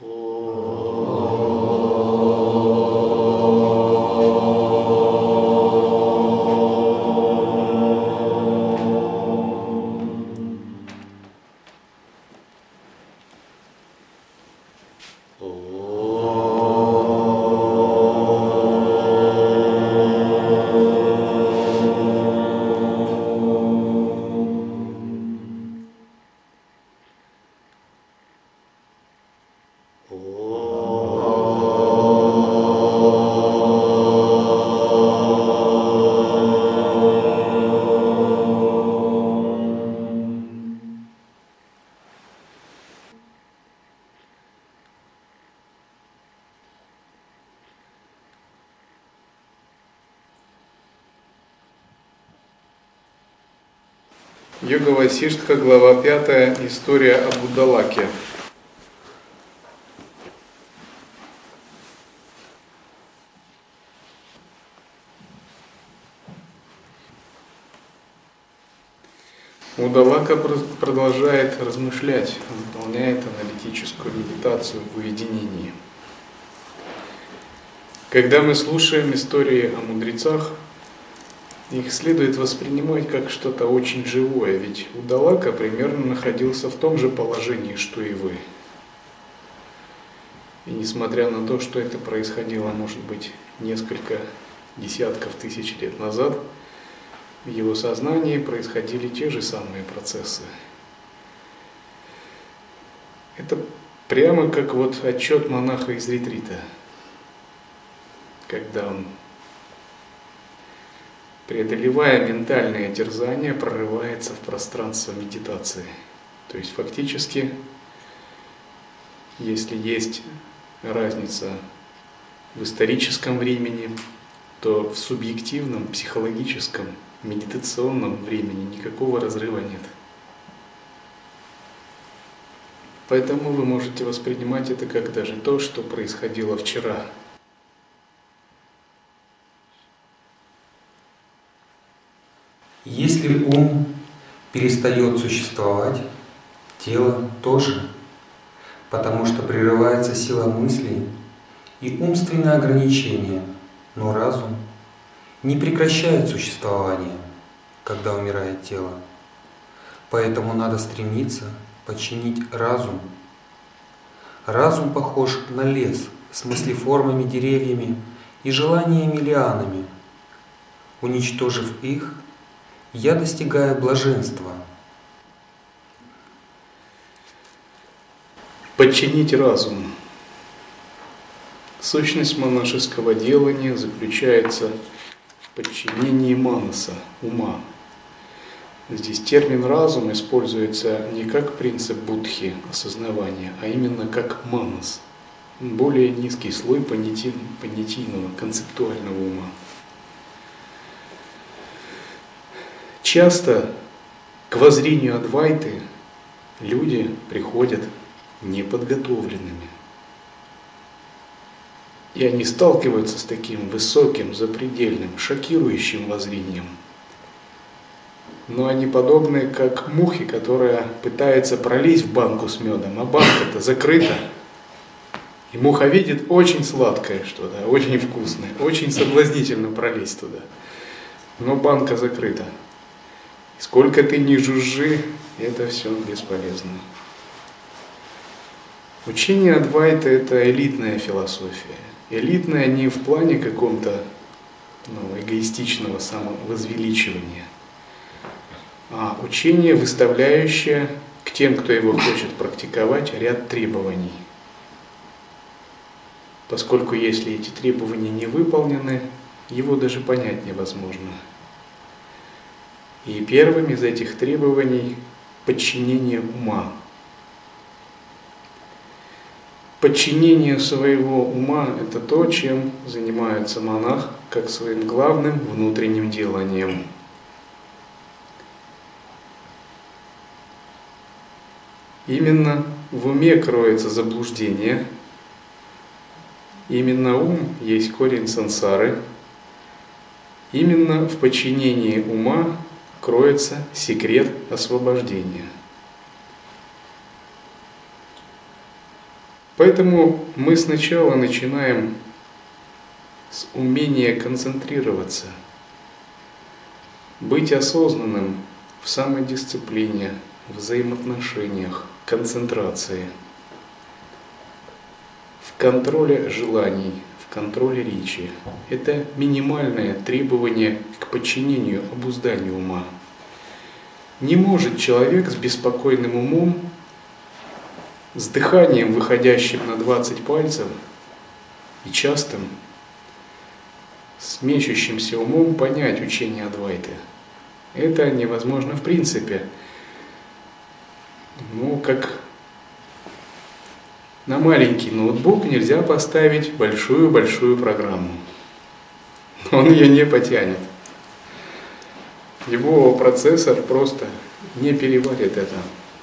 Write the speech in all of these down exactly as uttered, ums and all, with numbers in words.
Йога Васиштха, глава пятая, история об Удалаке. Удалака продолжает размышлять, выполняет аналитическую медитацию в уединении. Когда мы слушаем истории о мудрецах, их следует воспринимать как что-то очень живое, ведь Удалака примерно находился в том же положении, что и вы. И несмотря на то, что это происходило, может быть, несколько десятков тысяч лет назад, в его сознании происходили те же самые процессы. Это прямо как вот отчет монаха из ретрита, когда он, преодолевая ментальные терзания, прорывается в пространство медитации. То есть фактически, если есть разница в историческом времени, то в субъективном, психологическом, медитационном времени никакого разрыва нет. Поэтому вы можете воспринимать это как даже то, что происходило вчера. Если ум перестает существовать, тело тоже, потому что прерывается сила мыслей и умственные ограничения, но разум не прекращает существование, когда умирает тело. Поэтому надо стремиться подчинить разум. Разум похож на лес с мыслеформами, деревьями и желаниями лианами. Уничтожив их, я достигаю блаженства. Подчинить разум. Сущность монашеского делания заключается в подчинении манаса, ума. Здесь термин «разум» используется не как принцип будхи, осознавания, а именно как манас, более низкий слой понятийного, концептуального ума. Часто к воззрению Адвайты люди приходят неподготовленными. И они сталкиваются с таким высоким, запредельным, шокирующим воззрением. Но они подобны как мухе, которая пытается пролезть в банку с медом, а банка-то закрыта. И муха видит очень сладкое что-то, очень вкусное, очень соблазнительно пролезть туда. Но банка закрыта. Сколько ты ни жужжи, это все бесполезно. Учение Адвайта – это элитная философия. Элитная не в плане каком-то ну, эгоистичного самовозвеличивания, а учение, выставляющее к тем, кто его хочет практиковать, ряд требований. Поскольку если эти требования не выполнены, его даже понять невозможно. И первым из этих требований – подчинение ума. Подчинение своего ума – это то, чем занимается монах, как своим главным внутренним деланием. Именно в уме кроется заблуждение, именно ум есть корень сансары, именно в подчинении ума кроется секрет освобождения. Поэтому мы сначала начинаем с умения концентрироваться, быть осознанным в самодисциплине, в взаимоотношениях, концентрации, в контроле желаний, в контроле речи. Это минимальное требование к подчинению, обузданию ума. Не может человек с беспокойным умом, с дыханием, выходящим на двадцать пальцев, и частым, с мечущимся умом понять учение Адвайты. Это невозможно в принципе. Ну, как на маленький ноутбук нельзя поставить большую-большую программу. Он ее не потянет. Его процессор просто не переварит это.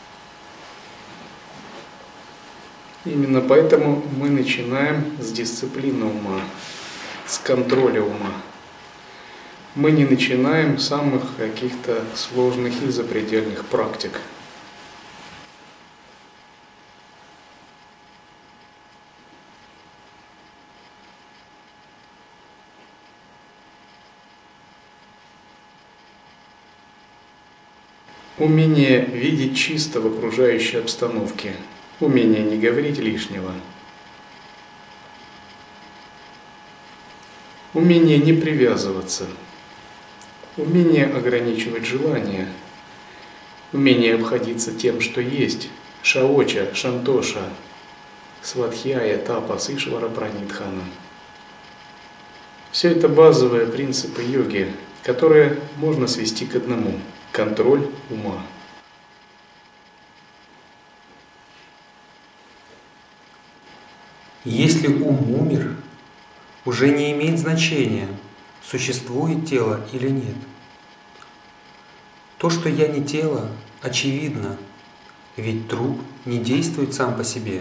Именно поэтому мы начинаем с дисциплины ума, с контроля ума. Мы не начинаем с самых каких-то сложных и запредельных практик. Умение видеть чисто в окружающей обстановке, умение не говорить лишнего, умение не привязываться, умение ограничивать желания, умение обходиться тем, что есть, шаоча, шантоша, свадхьяя, тапас, ишвара, пранидхана. Все это базовые принципы йоги, которые можно свести к одному – контроль ума. Если ум умер, уже не имеет значения, существует тело или нет. То, что я не тело, очевидно, ведь труп не действует сам по себе.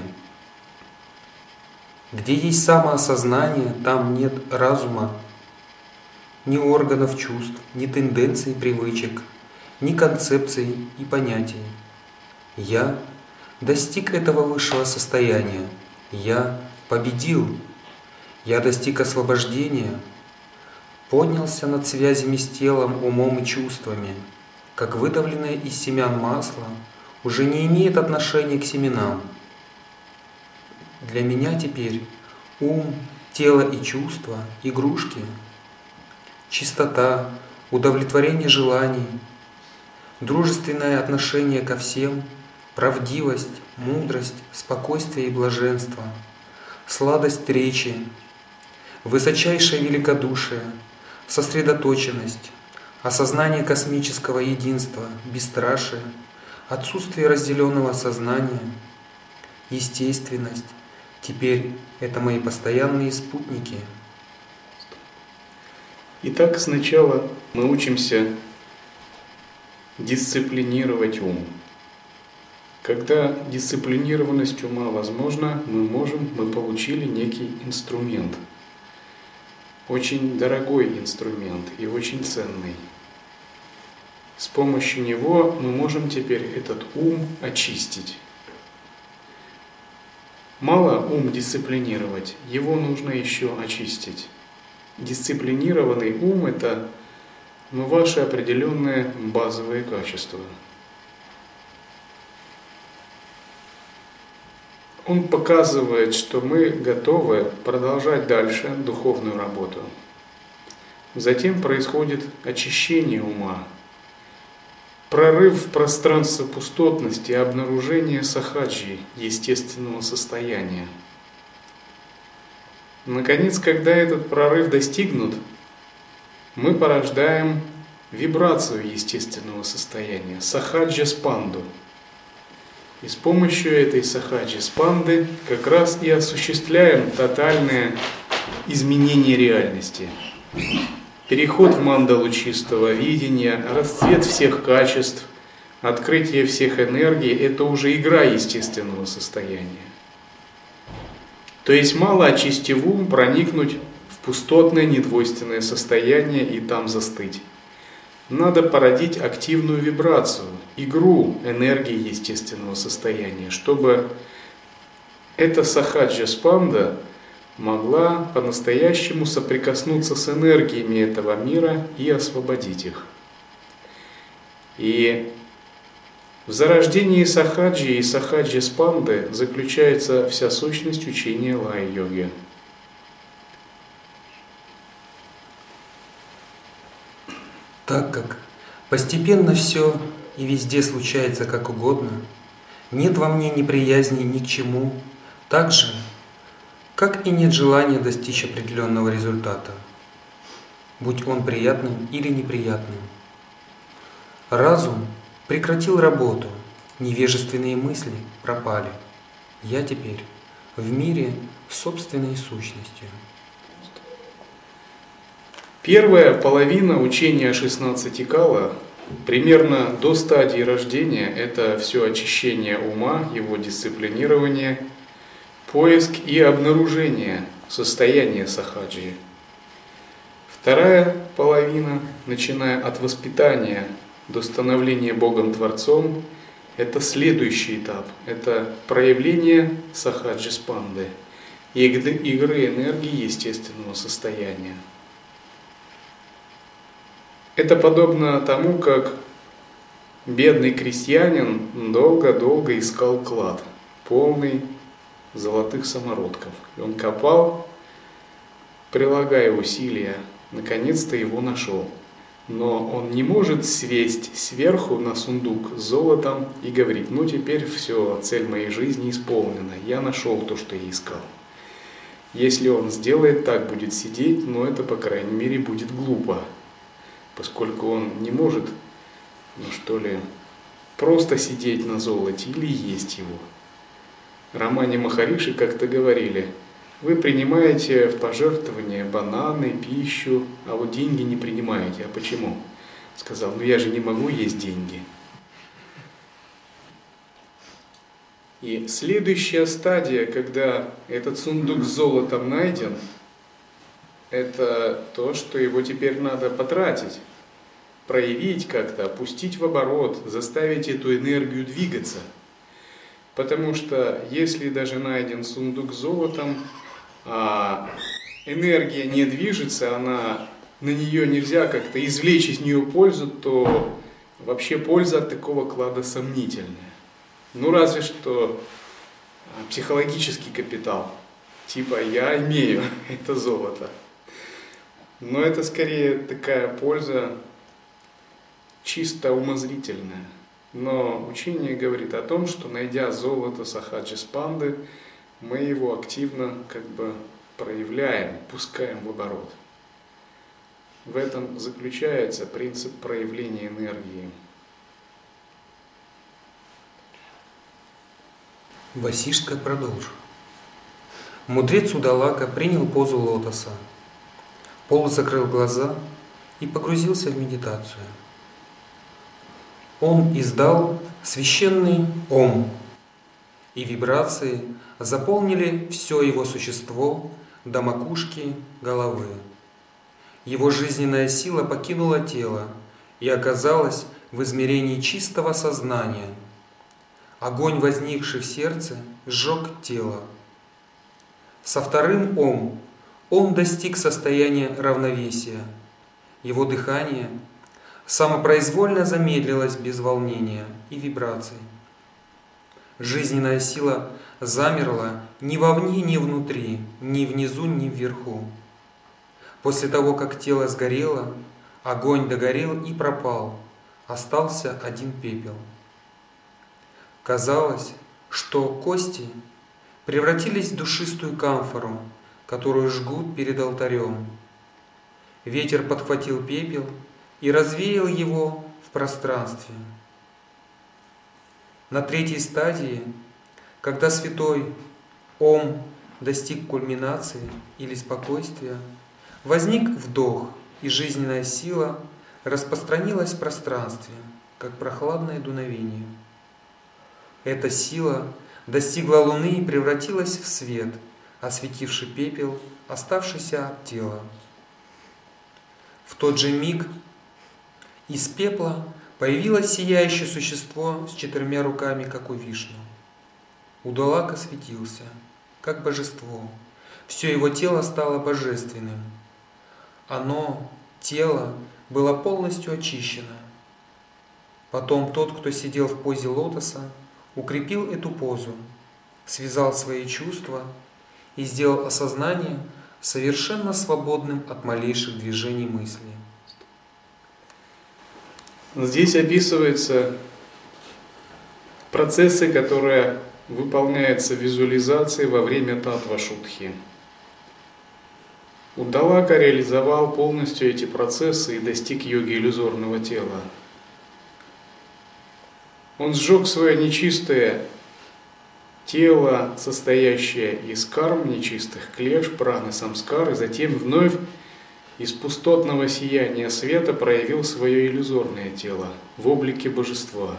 Где есть самоосознание, там нет разума, ни органов чувств, ни тенденций, привычек, ни концепций и понятий. Я достиг этого высшего состояния. Я победил. Я достиг освобождения. Поднялся над связями с телом, умом и чувствами. Как выдавленное из семян масло уже не имеет отношения к семенам. Для меня теперь ум, тело и чувства – игрушки. Чистота, удовлетворение желаний, дружественное отношение ко всем, правдивость, мудрость, спокойствие и блаженство, сладость речи, высочайшее великодушие, сосредоточенность, осознание космического единства, бесстрашие, отсутствие разделенного сознания, естественность. Теперь это мои постоянные спутники. Итак, сначала мы учимся дисциплинировать ум. Когда дисциплинированность ума возможна, мы можем, мы получили некий инструмент. Очень дорогой инструмент и очень ценный. С помощью него мы можем теперь этот ум очистить. Мало ум дисциплинировать, его нужно еще очистить. Дисциплинированный ум – это ну, ваши определенные базовые качества. Он показывает, что мы готовы продолжать дальше духовную работу. Затем происходит очищение ума, прорыв в пространство пустотности и обнаружение сахаджи, естественного состояния. Наконец, когда этот прорыв достигнут, мы порождаем вибрацию естественного состояния, сахаджа-спанду. И с помощью этой сахаджа-спанды как раз и осуществляем тотальное изменение реальности. Переход в мандалу чистого видения, расцвет всех качеств, открытие всех энергий – это уже игра естественного состояния. То есть мало очистив ум, проникнуть в пустотное недвойственное состояние и там застыть. Надо породить активную вибрацию, игру энергии естественного состояния, чтобы эта сахаджа-спанда могла по-настоящему соприкоснуться с энергиями этого мира и освободить их. И в зарождении сахаджи и сахаджи-спанды заключается вся сущность учения лай-йоги. Так как постепенно все и везде случается как угодно, нет во мне неприязни ни к чему, так же, как и нет желания достичь определенного результата, будь он приятным или неприятным. Разум прекратил работу, невежественные мысли пропали. Я теперь в мире собственной сущностью. Первая половина учения шестнадцати кала, примерно до стадии рождения, это все очищение ума, его дисциплинирование, поиск и обнаружение состояния сахаджи. Вторая половина, начиная от воспитания до становления Богом-творцом, это следующий этап, это проявление сахаджи-спанды, игры энергии естественного состояния. Это подобно тому, как бедный крестьянин долго-долго искал клад, полный золотых самородков. И он копал, прилагая усилия, наконец-то его нашел. Но он не может сесть сверху на сундук с золотом и говорить: ну теперь все, цель моей жизни исполнена, я нашел то, что я искал. Если он сделает так, будет сидеть, но это, по крайней мере, будет глупо, поскольку он не может, ну что ли, просто сидеть на золоте или есть его. Рамани Махариши как-то говорили: вы принимаете в пожертвование бананы, пищу, а вот деньги не принимаете. А почему? Сказал: ну я же не могу есть деньги. И следующая стадия, когда этот сундук с золотом найден, это то, что его теперь надо потратить, проявить как-то, опустить в оборот, заставить эту энергию двигаться. Потому что если даже найден сундук с золотом, а энергия не движется, она, на нее нельзя как-то извлечь из нее пользу, то вообще польза от такого клада сомнительная. Ну разве что психологический капитал, типа я имею это золото. Но это скорее такая польза чисто умозрительная. Но учение говорит о том, что, найдя золото сахаджи-спанды, мы его активно как бы проявляем, пускаем в оборот. В этом заключается принцип проявления энергии. Васиштха продолжил. Мудрец Удалака принял позу лотоса, полузакрыл глаза и погрузился в медитацию. Он издал священный Ом, и вибрации заполнили все его существо до макушки головы. Его жизненная сила покинула тело и оказалась в измерении чистого сознания. Огонь, возникший в сердце, сжег тело. Со вторым Ом он достиг состояния равновесия. Его дыхание самопроизвольно замедлилось без волнения и вибраций. Жизненная сила замерла ни вовне, ни внутри, ни внизу, ни вверху. После того, как тело сгорело, огонь догорел и пропал, остался один пепел. Казалось, что кости превратились в душистую камфору, которую жгут перед алтарем. Ветер подхватил пепел и развеял его в пространстве. На третьей стадии, когда святой Ом достиг кульминации или спокойствия, возник вдох, и жизненная сила распространилась в пространстве, как прохладное дуновение. Эта сила достигла Луны и превратилась в свет, осветивший пепел, оставшийся от тела. В тот же миг из пепла появилось сияющее существо с четырьмя руками, как у Вишну. Удалак осветился, как божество. Все его тело стало божественным. Оно, тело, было полностью очищено. Потом тот, кто сидел в позе лотоса, укрепил эту позу, связал свои чувства и сделал осознание совершенно свободным от малейших движений мысли. Здесь описываются процессы, которые выполняются в визуализации во время татва-шудхи. Удалака реализовал полностью эти процессы и достиг йоги иллюзорного тела. Он сжег свое нечистое тело, состоящее из карм, нечистых клеш, праны, самскар, и затем вновь из пустотного сияния света проявил свое иллюзорное тело в облике божества.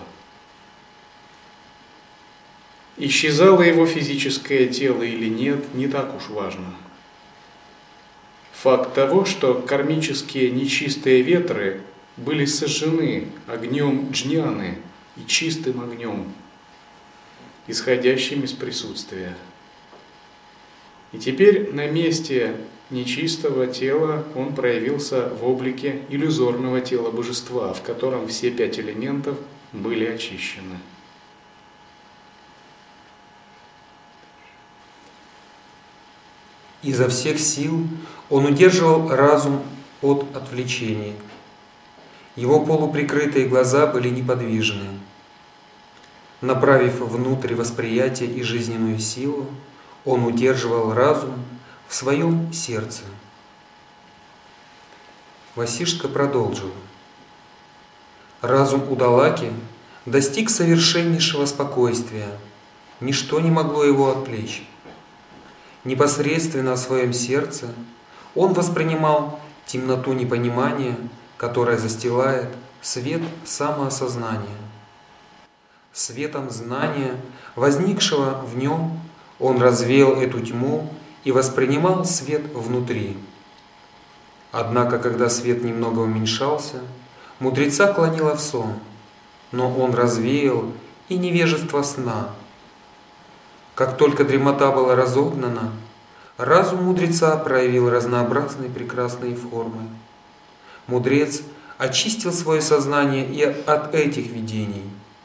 Исчезало его физическое тело или нет, не так уж важно. Факт того, что кармические нечистые ветры были сожжены огнем джняны и чистым огнем, исходящим из присутствия. И теперь на месте нечистого тела он проявился в облике иллюзорного тела божества, в котором все пять элементов были очищены. Изо всех сил он удерживал разум от отвлечений. Его полуприкрытые глаза были неподвижны. Направив внутрь восприятие и жизненную силу, он удерживал разум в своем сердце. Васиштха продолжил. Разум Удалаки достиг совершеннейшего спокойствия. Ничто не могло его отвлечь. Непосредственно в своем сердце он воспринимал темноту непонимания, которая застилает свет самоосознания. Светом знания, возникшего в нем, он развеял эту тьму и воспринимал свет внутри. Однако, когда свет немного уменьшался, мудреца клонило в сон, но он развеял и невежество сна. Как только дремота была разогнана, разум мудреца проявил разнообразные прекрасные формы. Мудрец очистил свое сознание и от этих видений.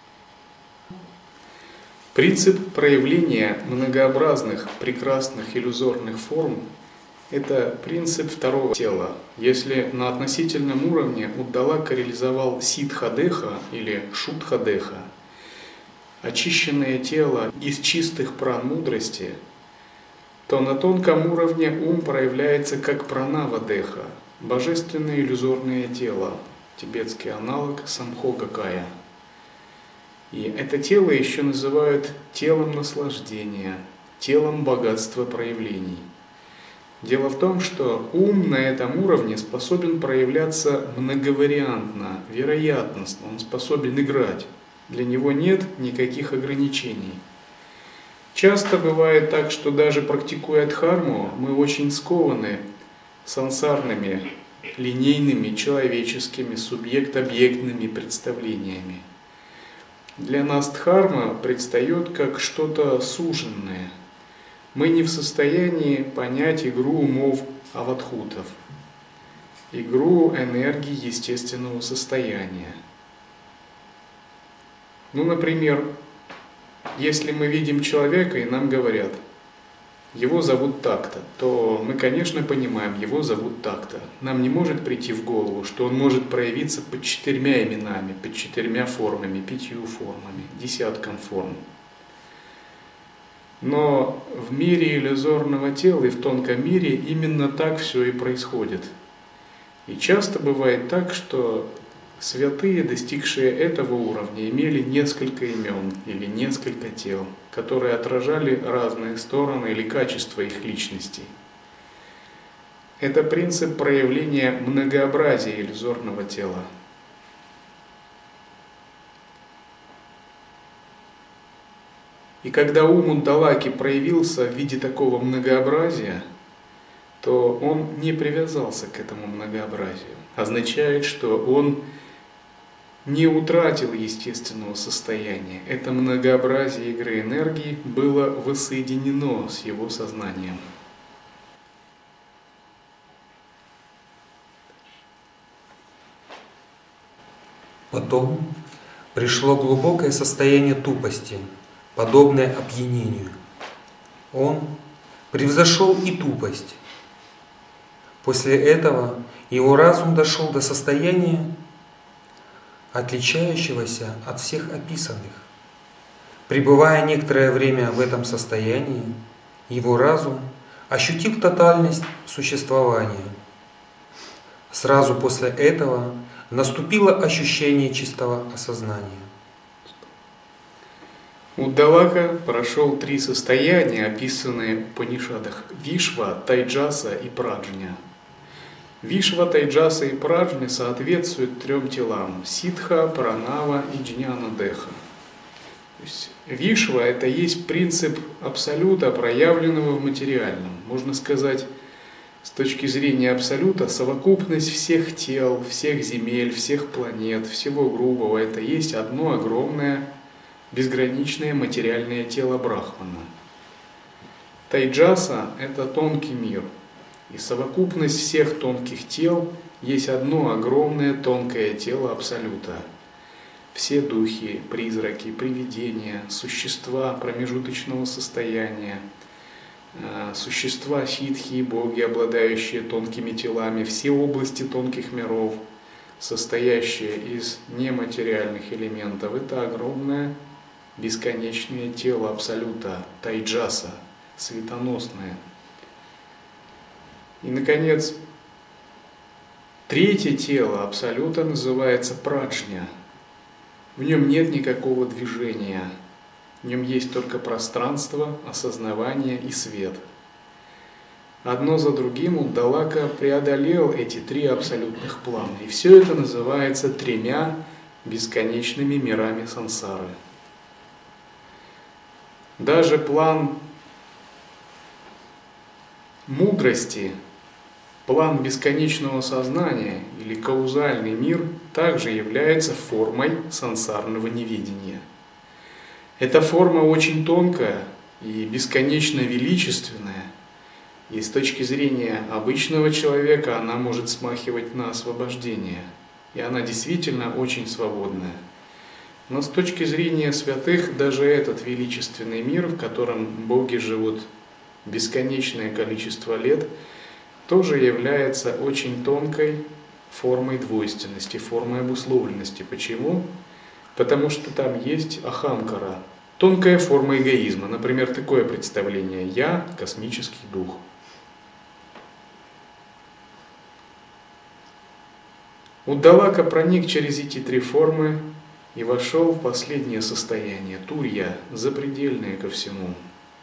Принцип проявления многообразных, прекрасных, иллюзорных форм – это принцип второго тела. Если на относительном уровне Удалака реализовал сиддха-деха или шудха-деха, очищенное тело из чистых пран мудрости, то на тонком уровне ум проявляется как пранава-деха, божественное иллюзорное тело, тибетский аналог самхога-кая. И это тело еще называют телом наслаждения, телом богатства проявлений. Дело в том, что ум на этом уровне способен проявляться многовариантно, вероятностно, он способен играть. Для него нет никаких ограничений. Часто бывает так, что даже практикуя дхарму, мы очень скованы сансарными, линейными, человеческими, субъект-объектными представлениями. Для нас дхарма предстает как что-то суженное. Мы не в состоянии понять игру умов авадхутов, игру энергии естественного состояния. Ну, например, если мы видим человека и нам говорят, его зовут так-то, то мы, конечно, понимаем, его зовут так-то. Нам не может прийти в голову, что он может проявиться под четырьмя именами, под четырьмя формами, пятью формами, десятком форм. Но в мире иллюзорного тела и в тонком мире именно так все и происходит. И часто бывает так, что святые, достигшие этого уровня, имели несколько имен или несколько тел, которые отражали разные стороны или качества их личностей. Это принцип проявления многообразия иллюзорного тела. И когда ум Удалаки проявился в виде такого многообразия, то он не привязался к этому многообразию. Означает, что он не утратил естественного состояния. Это многообразие игры энергии было воссоединено с его сознанием. Потом пришло глубокое состояние тупости, подобное опьянению. Он превзошел и тупость. После этого его разум дошел до состояния, отличающегося от всех описанных. Пребывая некоторое время в этом состоянии, его разум ощутил тотальность существования. Сразу после этого наступило ощущение чистого осознания. Уддалака прошел три состояния, описанные в Упанишадах: Вишва, Тайджаса и Праджня. Вишва, Тайджаса и Праджня соответствуют трем телам: Ситха, Пранава и Джняна Деха. То есть Вишва – это есть принцип абсолюта, проявленного в материальном. Можно сказать, с точки зрения абсолюта, совокупность всех тел, всех земель, всех планет, всего грубого – это есть одно огромное, безграничное материальное тело Брахмана. Тайджаса – это тонкий мир. И совокупность всех тонких тел есть одно огромное тонкое тело Абсолюта. Все духи, призраки, привидения, существа промежуточного состояния, существа ситхи и боги, обладающие тонкими телами, все области тонких миров, состоящие из нематериальных элементов, это огромное бесконечное тело Абсолюта, Тайджаса, светоносное. И, наконец, третье тело Абсолюта называется Праджня. В нем нет никакого движения, в нем есть только пространство, осознавание и свет. Одно за другим Уддалака преодолел эти три абсолютных плана, и все это называется тремя бесконечными мирами сансары. Даже план мудрости, план бесконечного сознания или каузальный мир также является формой сансарного невидения. Эта форма очень тонкая и бесконечно величественная, и с точки зрения обычного человека она может смахивать на освобождение, и она действительно очень свободная. Но с точки зрения святых даже этот величественный мир, в котором боги живут бесконечное количество лет, тоже является очень тонкой формой двойственности, формой обусловленности. Почему? Потому что там есть ахамкара, тонкая форма эгоизма. Например, такое представление: «Я – космический дух». Уддалака проник через эти три формы и вошел в последнее состояние – турья, запредельное ко всему.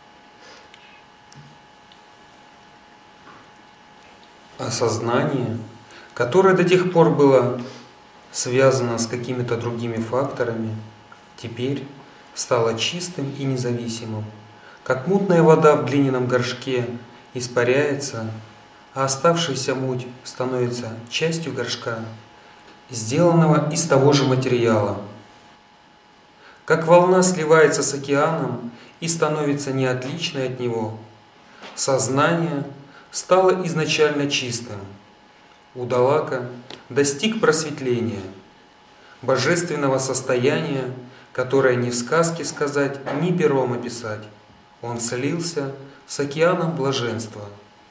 Осознание, которое до тех пор было связано с какими-то другими факторами, теперь стало чистым и независимым. Как мутная вода в глиняном горшке испаряется, а оставшаяся муть становится частью горшка, сделанного из того же материала. Как волна сливается с океаном и становится неотличной от него, сознание стало изначально чистым. Уддалака достиг просветления, божественного состояния, которое ни в сказке сказать, ни пером описать. Он слился с океаном блаженства.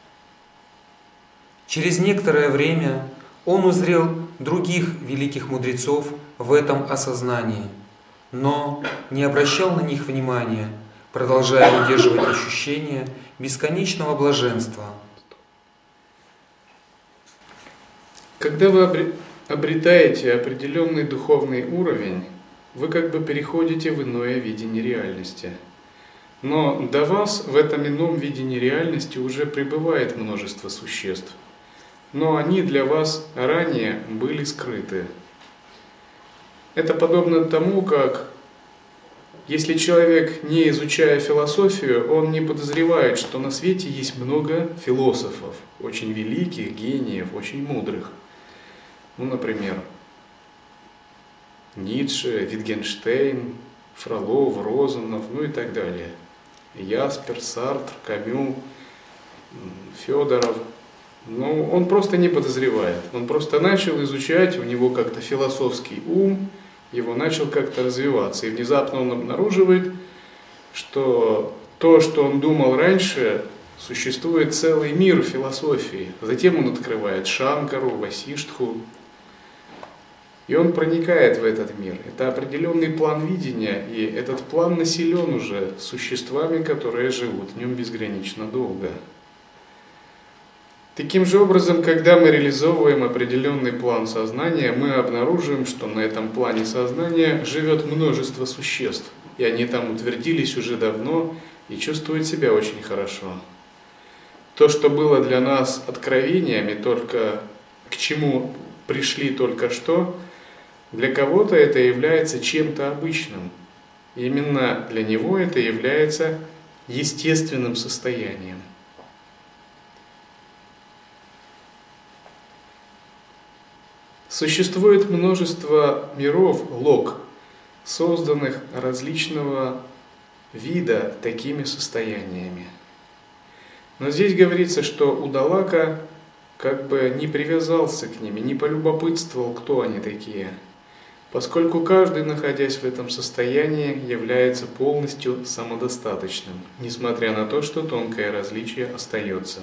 Через некоторое время он узрел других великих мудрецов в этом осознании, но не обращал на них внимания, продолжая удерживать ощущение бесконечного блаженства. Когда вы обретаете определенный духовный уровень, вы как бы переходите в иное видение реальности. Но до вас в этом ином видении реальности уже пребывает множество существ. Но они для вас ранее были скрыты. Это подобно тому, как если человек, не изучая философию, он не подозревает, что на свете есть много философов, очень великих, гениев, очень мудрых. Ну, например, Ницше, Витгенштейн, Фролов, Розанов, ну и так далее. Яспер, Сартр, Камю, Федоров. Но он просто не подозревает. Он просто начал изучать, у него как-то философский ум, его начал как-то развиваться. И внезапно он обнаруживает, что то, что он думал раньше, существует целый мир философии. Затем он открывает Шанкару, Васиштху, и он проникает в этот мир. Это определенный план видения, и этот план населен уже существами, которые живут в нем безгранично долго. Таким же образом, когда мы реализовываем определенный план сознания, мы обнаруживаем, что на этом плане сознания живет множество существ, и они там утвердились уже давно и чувствуют себя очень хорошо. То, что было для нас откровениями, только к чему пришли только что, для кого-то это является чем-то обычным. И именно для него это является естественным состоянием. Существует множество миров, лог, созданных различного вида такими состояниями. Но здесь говорится, что Удалака как бы не привязался к ним и не полюбопытствовал, кто они такие, поскольку каждый, находясь в этом состоянии, является полностью самодостаточным, несмотря на то, что тонкое различие остается.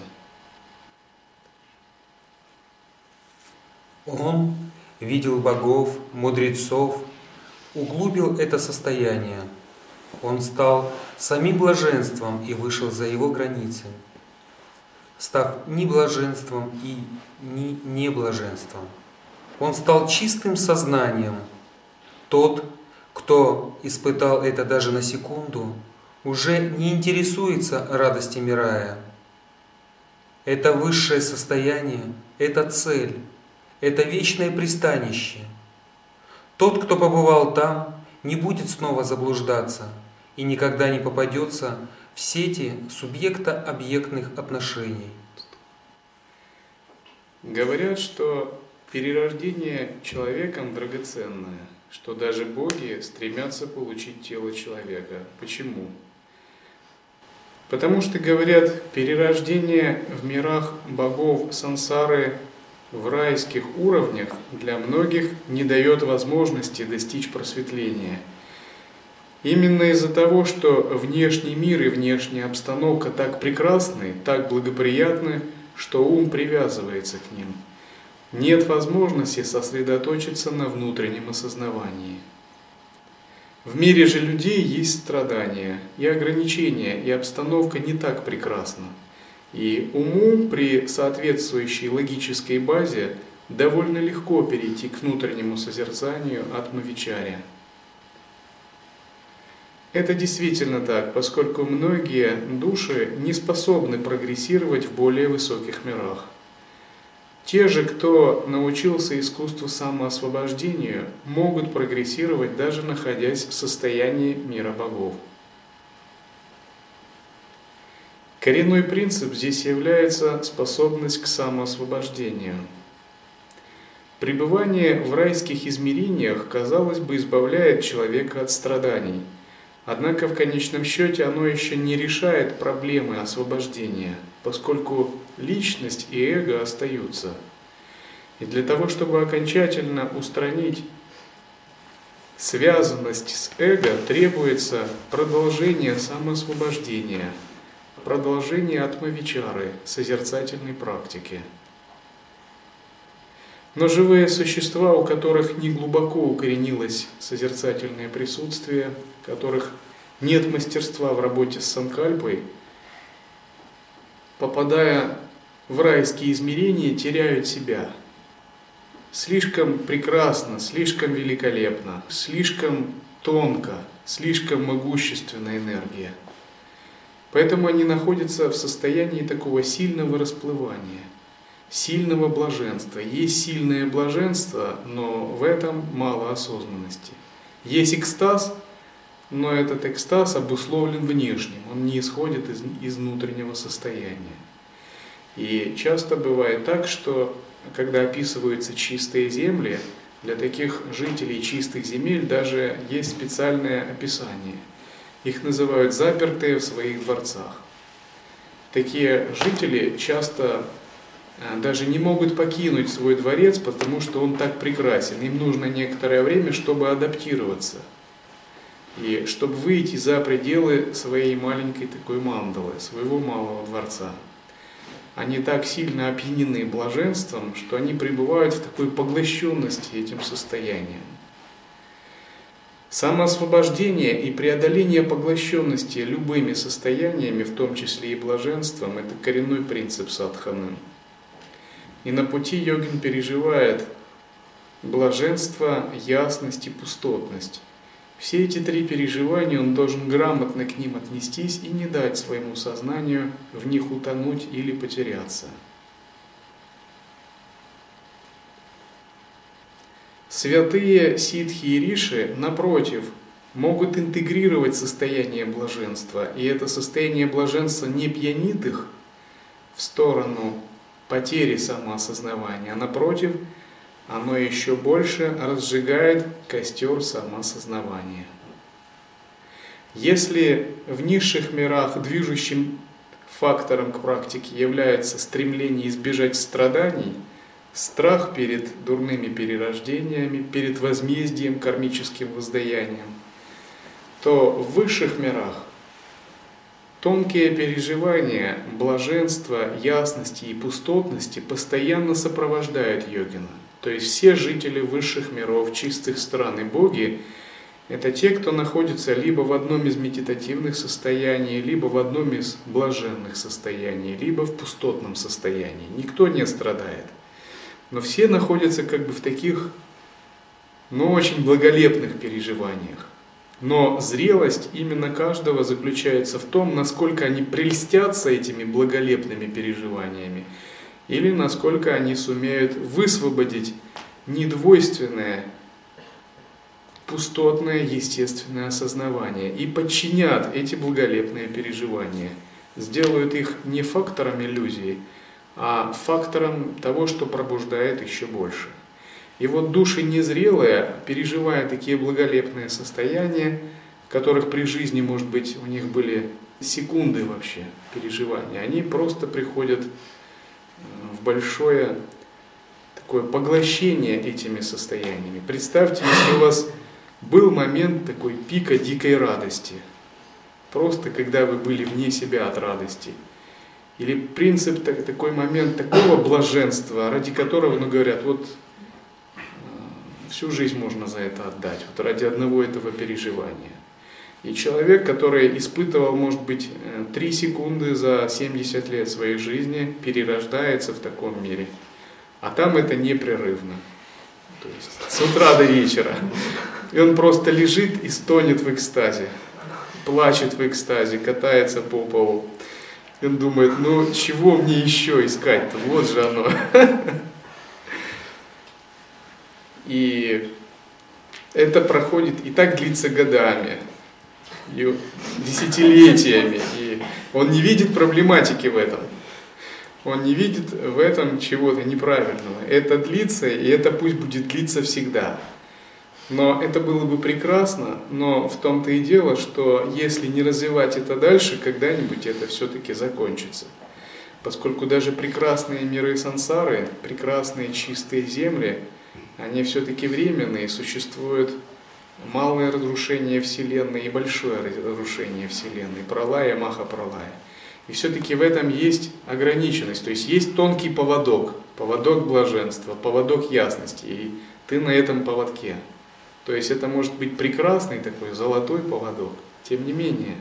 Он видел богов, мудрецов, углубил это состояние. Он стал самим блаженством и вышел за его границы, став ни блаженством и ни неблаженством. Он стал чистым сознанием. Тот, кто испытал это даже на секунду, уже не интересуется радостями рая. Это высшее состояние, это цель, это вечное пристанище. Тот, кто побывал там, не будет снова заблуждаться и никогда не попадется в сети субъекта-объектных отношений. Говорят, что перерождение человеком драгоценное, что даже боги стремятся получить тело человека. Почему? Потому что, говорят, перерождение в мирах богов сансары в райских уровнях для многих не дает возможности достичь просветления. Именно из-за того, что внешний мир и внешняя обстановка так прекрасны, так благоприятны, что ум привязывается к ним. Нет возможности сосредоточиться на внутреннем осознавании. В мире же людей есть страдания и ограничения, и обстановка не так прекрасна. И уму при соответствующей логической базе довольно легко перейти к внутреннему созерцанию атма-вичаре. Это действительно так, поскольку многие души не способны прогрессировать в более высоких мирах. Те же, кто научился искусству самоосвобождению, могут прогрессировать, даже находясь в состоянии мира богов. Коренной принцип здесь является способность к самоосвобождению. Пребывание в райских измерениях, казалось бы, избавляет человека от страданий. Однако в конечном счете оно еще не решает проблемы освобождения, поскольку личность и эго остаются. И для того, чтобы окончательно устранить связанность с эго, требуется продолжение самоосвобождения, продолжение атма-вичары, созерцательной практики. Но живые существа, у которых не глубоко укоренилось созерцательное присутствие, у которых нет мастерства в работе с санкальпой, попадая в райские измерения, теряют себя. Слишком прекрасно, слишком великолепно, слишком тонко, слишком могущественная энергия. Поэтому они находятся в состоянии такого сильного расплывания, сильного блаженства. Есть сильное блаженство, но в этом мало осознанности. Есть экстаз, но этот экстаз обусловлен внешним, он не исходит из, из внутреннего состояния. И часто бывает так, что когда описываются чистые земли, Для таких жителей чистых земель даже есть специальное описание. Их называют запертые в своих дворцах. Такие жители часто даже не могут покинуть свой дворец, потому что он так прекрасен. Им нужно некоторое время, чтобы адаптироваться. И чтобы выйти за пределы своей маленькой такой мандалы, своего малого дворца. Они так сильно опьянены блаженством, что они пребывают в такой поглощенности этим состоянием. Самоосвобождение и преодоление поглощенности любыми состояниями, в том числе и блаженством, это коренной принцип садханы. И на пути йогин переживает блаженство, ясность и пустотность. Все эти три переживания он должен грамотно к ним отнестись и не дать своему сознанию в них утонуть или потеряться. Святые ситхи и риши, напротив, могут интегрировать состояние блаженства, и это состояние блаженства не пьянит их в сторону потери самоосознавания, а напротив, оно еще больше разжигает костер самоосознавания. Если в низших мирах движущим фактором к практике является стремление избежать страданий, страх перед дурными перерождениями, перед возмездием, кармическим воздаянием, то в высших мирах тонкие переживания блаженства, ясности и пустотности постоянно сопровождают йогина. То есть все жители высших миров, чистых стран и боги, это те, кто находится либо в одном из медитативных состояний, либо в одном из блаженных состояний, либо в пустотном состоянии. Никто не страдает. Но все находятся как бы в таких, ну, очень благолепных переживаниях. Но зрелость именно каждого заключается в том, насколько они прельстятся этими благолепными переживаниями, или насколько они сумеют высвободить недвойственное, пустотное, естественное осознавание и подчинят эти благолепные переживания, сделают их не фактором иллюзии, а фактором того, что пробуждает еще больше. И вот души незрелые, переживая такие благолепные состояния, в которых при жизни, может быть, у них были секунды вообще переживания, они просто приходят в большое такое поглощение этими состояниями. Представьте, если у вас был момент такой пика дикой радости, просто когда вы были вне себя от радости. Или принцип, такой момент такого блаженства, ради которого, ну, говорят, вот всю жизнь можно за это отдать, вот ради одного этого переживания. И человек, который испытывал, может быть, три секунды за семьдесят лет своей жизни, перерождается в таком мире. А там это непрерывно. То есть с утра до вечера. И он просто лежит и стонет в экстазе, плачет в экстазе, катается по полу. И он думает, ну чего мне еще искать-то? Вот же оно. И это проходит, и так длится годами, и десятилетиями. И он не видит проблематики в этом. Он не видит в этом чего-то неправильного. Это длится, и это пусть будет длиться всегда. Но это было бы прекрасно, но в том-то и дело, что если не развивать это дальше, когда-нибудь это все-таки закончится. Поскольку даже прекрасные миры сансары, прекрасные чистые земли, они все-таки временные, существует малое разрушение Вселенной и большое разрушение Вселенной, пралая, маха-пралая. И все-таки в этом есть ограниченность, то есть есть тонкий поводок, поводок блаженства, поводок ясности, и ты на этом поводке. То есть это может быть прекрасный такой золотой поводок, тем не менее.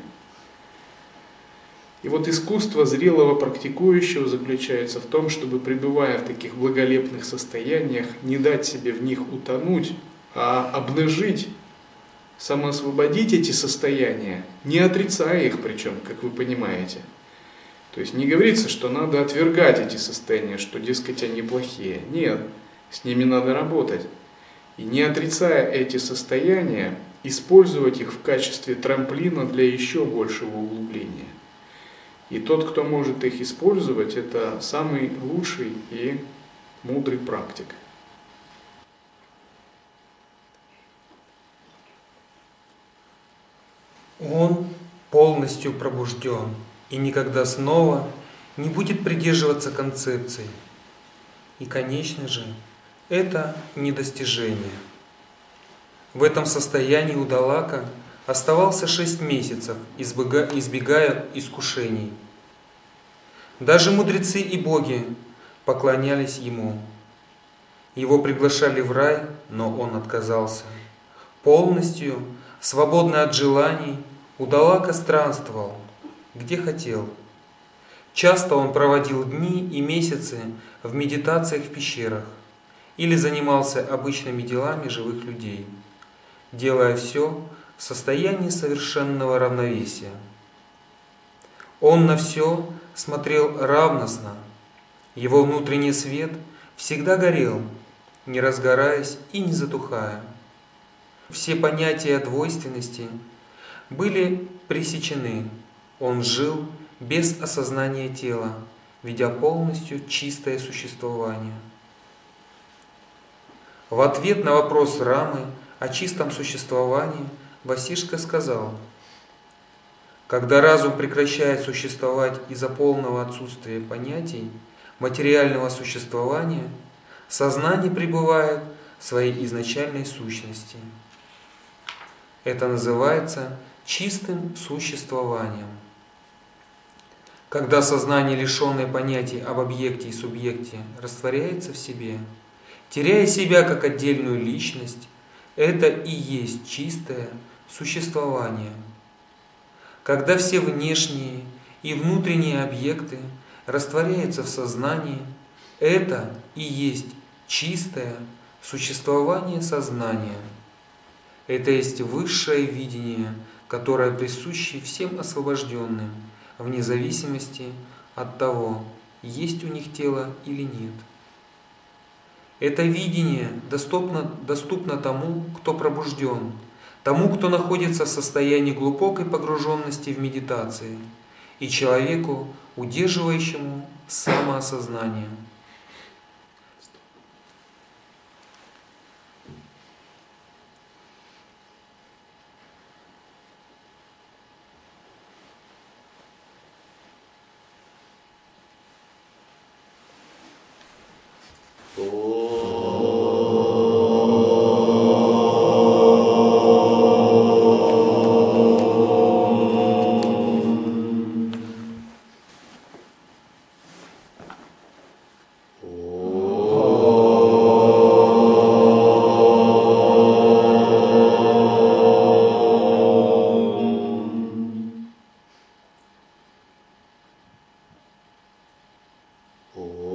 И вот искусство зрелого практикующего заключается в том, чтобы, пребывая в таких благолепных состояниях, не дать себе в них утонуть, а обнажить, самоосвободить эти состояния, не отрицая их причем, как вы понимаете. То есть не говорится, что надо отвергать эти состояния, что, дескать, они плохие. Нет, с ними надо работать. И не отрицая эти состояния, использовать их в качестве трамплина для еще большего углубления. И тот, кто может их использовать, это самый лучший и мудрый практик. Он полностью пробужден и никогда снова не будет придерживаться концепций. И, конечно же, это недостижение. В этом состоянии Удалака оставался шесть месяцев, избегая искушений. Даже мудрецы и боги поклонялись ему. Его приглашали в рай, но он отказался. Полностью, свободный от желаний, Удалака странствовал, где хотел. Часто он проводил дни и месяцы в медитациях в пещерах или занимался обычными делами живых людей, делая все в состоянии совершенного равновесия. Он на все смотрел равностно. Его внутренний свет всегда горел, не разгораясь и не затухая. Все понятия двойственности были пресечены. Он жил без осознания тела, ведя полностью чистое существование. В ответ на вопрос Рамы о чистом существовании Васиштха сказал: когда разум прекращает существовать из-за полного отсутствия понятий материального существования, сознание пребывает в своей изначальной сущности. Это называется чистым существованием. Когда сознание, лишенное понятий об объекте и субъекте, растворяется в себе, теряя себя как отдельную личность, это и есть чистое существование. Когда все внешние и внутренние объекты растворяются в сознании, это и есть чистое существование сознания. Это есть высшее видение, которое присуще всем освобожденным, вне зависимости от того, есть у них тело или нет. Это видение доступно, доступно тому, кто пробужден, тому, кто находится в состоянии глубокой погруженности в медитации, и человеку, удерживающему самоосознание. Oh.